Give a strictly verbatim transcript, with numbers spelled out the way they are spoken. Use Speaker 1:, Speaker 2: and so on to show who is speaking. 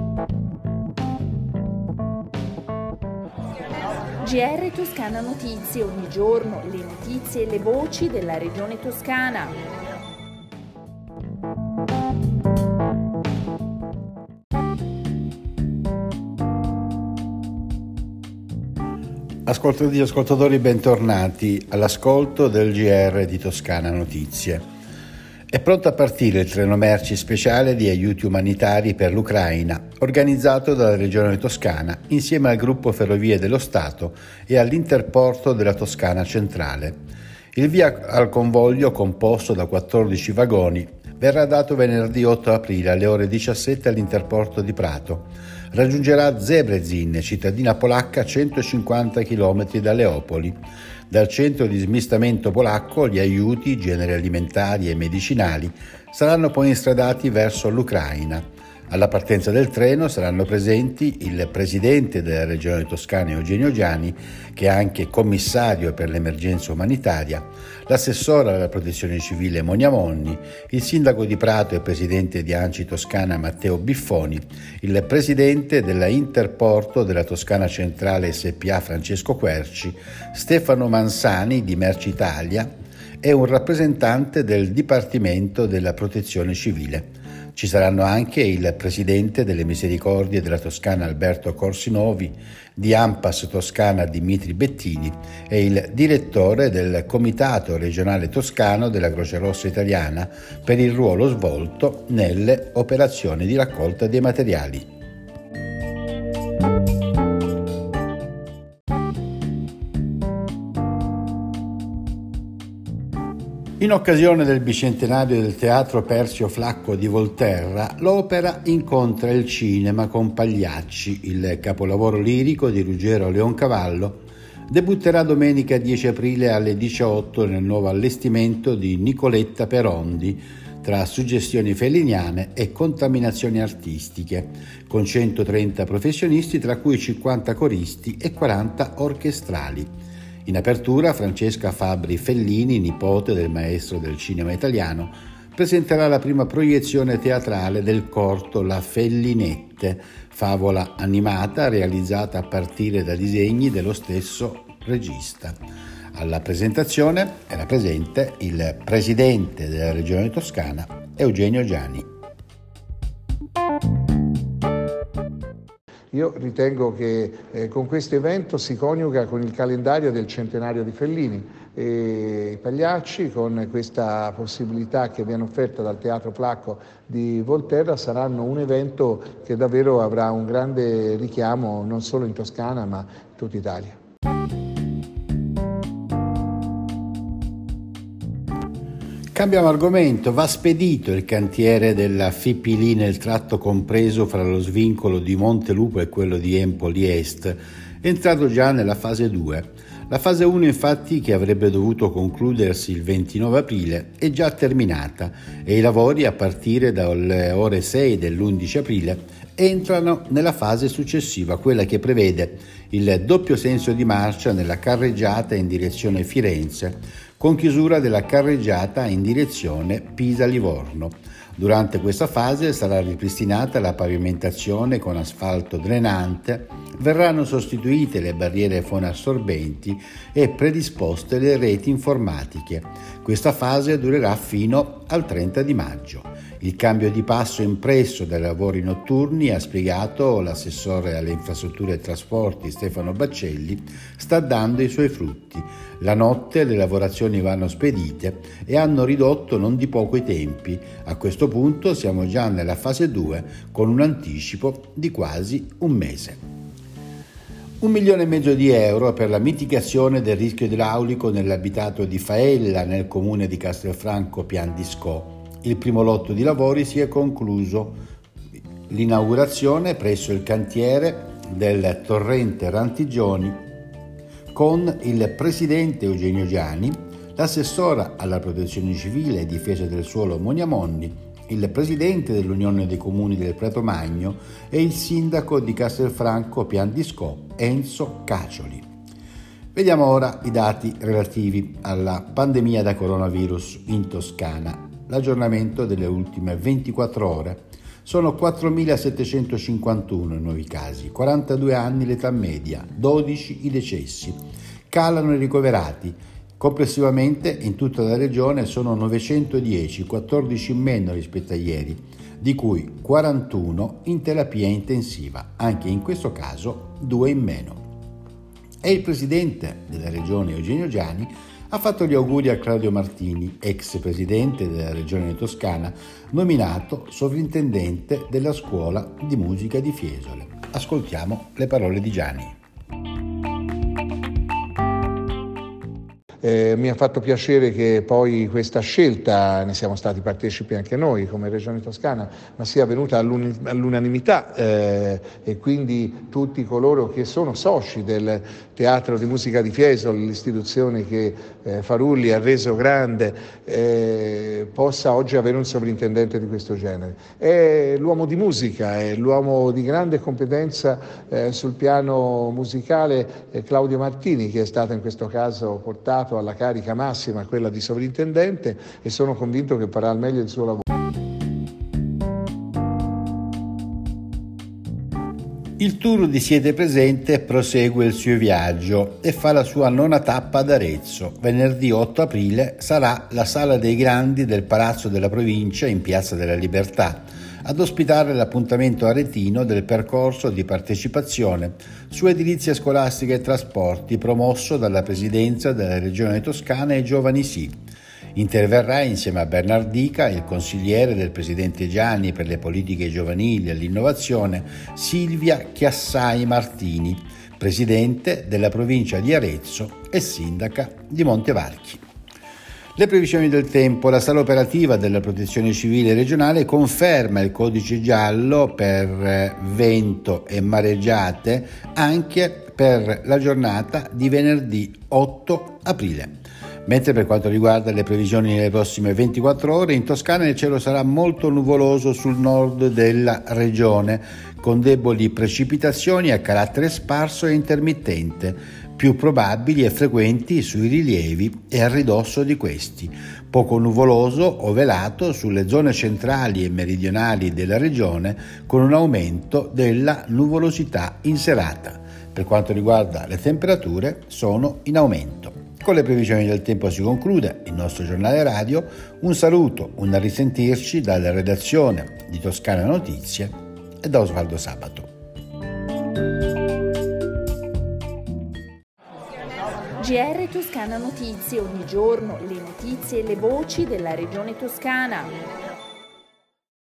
Speaker 1: G R Toscana Notizie, ogni giorno le notizie e le voci della regione toscana.
Speaker 2: Ascoltatrici e ascoltatori, bentornati all'ascolto del G R di Toscana Notizie. È pronto a partire il treno merci speciale di aiuti umanitari per l'Ucraina, organizzato dalla Regione Toscana insieme al Gruppo Ferrovie dello Stato e all'Interporto della Toscana Centrale. Il via al convoglio, composto da quattordici vagoni, verrà dato venerdì otto aprile alle ore diciassette all'Interporto di Prato. Raggiungerà Zebrezin, cittadina polacca a centocinquanta chilometri da Leopoli. Dal centro di smistamento polacco gli aiuti, generi alimentari e medicinali, saranno poi instradati verso l'Ucraina. Alla partenza del treno saranno presenti il presidente della regione toscana Eugenio Giani, che è anche commissario per l'emergenza umanitaria, l'assessora alla protezione civile Monia Monni, il sindaco di Prato e presidente di ANCI Toscana Matteo Biffoni, il presidente della Interporto della Toscana Centrale S P A Francesco Querci, Stefano Mansani di Merci Italia e un rappresentante del Dipartimento della Protezione Civile. Ci saranno anche il presidente delle Misericordie della Toscana Alberto Corsinovi, di ANPAS Toscana Dimitri Bettini e il direttore del Comitato regionale toscano della Croce Rossa Italiana per il ruolo svolto nelle operazioni di raccolta dei materiali. In occasione del bicentenario del Teatro Persio Flacco di Volterra, l'opera incontra il cinema con Pagliacci, il capolavoro lirico di Ruggero Leoncavallo, debutterà domenica dieci aprile alle diciotto nel nuovo allestimento di Nicoletta Perondi, tra suggestioni felliniane e contaminazioni artistiche, con centotrenta professionisti, tra cui cinquanta coristi e quaranta orchestrali. In apertura, Francesca Fabri Fellini, nipote del maestro del cinema italiano, presenterà la prima proiezione teatrale del corto La Fellinette, favola animata realizzata a partire da disegni dello stesso regista. Alla presentazione era presente il presidente della Regione Toscana, Eugenio Giani.
Speaker 3: Io ritengo che eh, con questo evento si coniuga con il calendario del centenario di Fellini e i Pagliacci, con questa possibilità che viene offerta dal Teatro Flacco di Volterra, saranno un evento che davvero avrà un grande richiamo non solo in Toscana ma in tutta Italia.
Speaker 2: Cambiamo argomento, va spedito il cantiere della F I P I L nel tratto compreso fra lo svincolo di Montelupo e quello di Empoli Est, entrato già nella fase due. La fase uno, infatti, che avrebbe dovuto concludersi il ventinove aprile, è già terminata e i lavori, a partire dalle ore sei dell'undici aprile, entrano nella fase successiva, quella che prevede il doppio senso di marcia nella carreggiata in direzione Firenze, con chiusura della carreggiata in direzione Pisa-Livorno. Durante questa fase sarà ripristinata la pavimentazione con asfalto drenante, verranno sostituite le barriere fonoassorbenti e predisposte le reti informatiche. Questa fase durerà fino al trenta di maggio. Il cambio di passo impresso dai lavori notturni, ha spiegato l'assessore alle infrastrutture e trasporti Stefano Baccelli, sta dando i suoi frutti. La notte le lavorazioni vanno spedite e hanno ridotto non di poco i tempi. A questo punto siamo già nella fase due con un anticipo di quasi un mese. Un milione e mezzo di euro per la mitigazione del rischio idraulico nell'abitato di Faella, nel comune di Castelfranco Pian di Scò. Il primo lotto di lavori si è concluso. L'inaugurazione presso il cantiere del torrente Rantigioni con il presidente Eugenio Giani, l'assessora alla protezione civile e difesa del suolo Monia Monni, il presidente dell'Unione dei Comuni del Prato Magno e il sindaco di Castelfranco Pian di Scò, Enzo Cacioli. Vediamo ora i dati relativi alla pandemia da coronavirus in Toscana. L'aggiornamento delle ultime ventiquattro ore. Sono quattromilasettecentocinquantuno i nuovi casi, quarantadue anni l'età media, dodici i decessi. Calano i ricoverati. Complessivamente in tutta la regione sono novecentodieci, quattordici in meno rispetto a ieri, di cui quarantuno in terapia intensiva, anche in questo caso due in meno. E il presidente della regione Eugenio Giani ha fatto gli auguri a Claudio Martini, ex presidente della regione Toscana, nominato sovrintendente della scuola di musica di Fiesole. Ascoltiamo le parole di Giani.
Speaker 3: Eh, mi ha fatto piacere che poi questa scelta, ne siamo stati partecipi anche noi come Regione Toscana, ma sia avvenuta all'un- all'unanimità eh, e quindi tutti coloro che sono soci del Teatro di Musica di Fiesole, l'istituzione che eh, Farulli ha reso grande, eh, possa oggi avere un sovrintendente di questo genere. È l'uomo di musica, è l'uomo di grande competenza eh, sul piano musicale, eh, Claudio Martini, che è stato in questo caso portato alla carica massima, quella di sovrintendente, e sono convinto che farà al meglio il suo lavoro.
Speaker 2: Il tour di Siete Presente prosegue il suo viaggio e fa la sua nona tappa ad Arezzo. Venerdì otto aprile sarà la Sala dei Grandi del Palazzo della Provincia in Piazza della Libertà ad ospitare l'appuntamento aretino del percorso di partecipazione su edilizia scolastica e trasporti promosso dalla Presidenza della Regione Toscana e Giovani Sì. Interverrà insieme a Bernardica, il consigliere del presidente Gianni per le politiche giovanili e l'innovazione, Silvia Chiassai Martini, presidente della provincia di Arezzo e sindaca di Montevarchi. Le previsioni del tempo. La sala operativa della Protezione Civile regionale conferma il codice giallo per vento e mareggiate anche per la giornata di venerdì otto aprile. Mentre per quanto riguarda le previsioni nelle prossime ventiquattro ore, in Toscana il cielo sarà molto nuvoloso sul nord della regione, con deboli precipitazioni a carattere sparso e intermittente, più probabili e frequenti sui rilievi e a ridosso di questi. Poco nuvoloso o velato sulle zone centrali e meridionali della regione, con un aumento della nuvolosità in serata. Per quanto riguarda le temperature, sono in aumento. Con le previsioni del tempo si conclude il nostro giornale radio. Un saluto, un a risentirci dalla redazione di Toscana Notizie e da Osvaldo Sabato.
Speaker 1: G R Toscana Notizie, ogni giorno le notizie e le voci della regione toscana.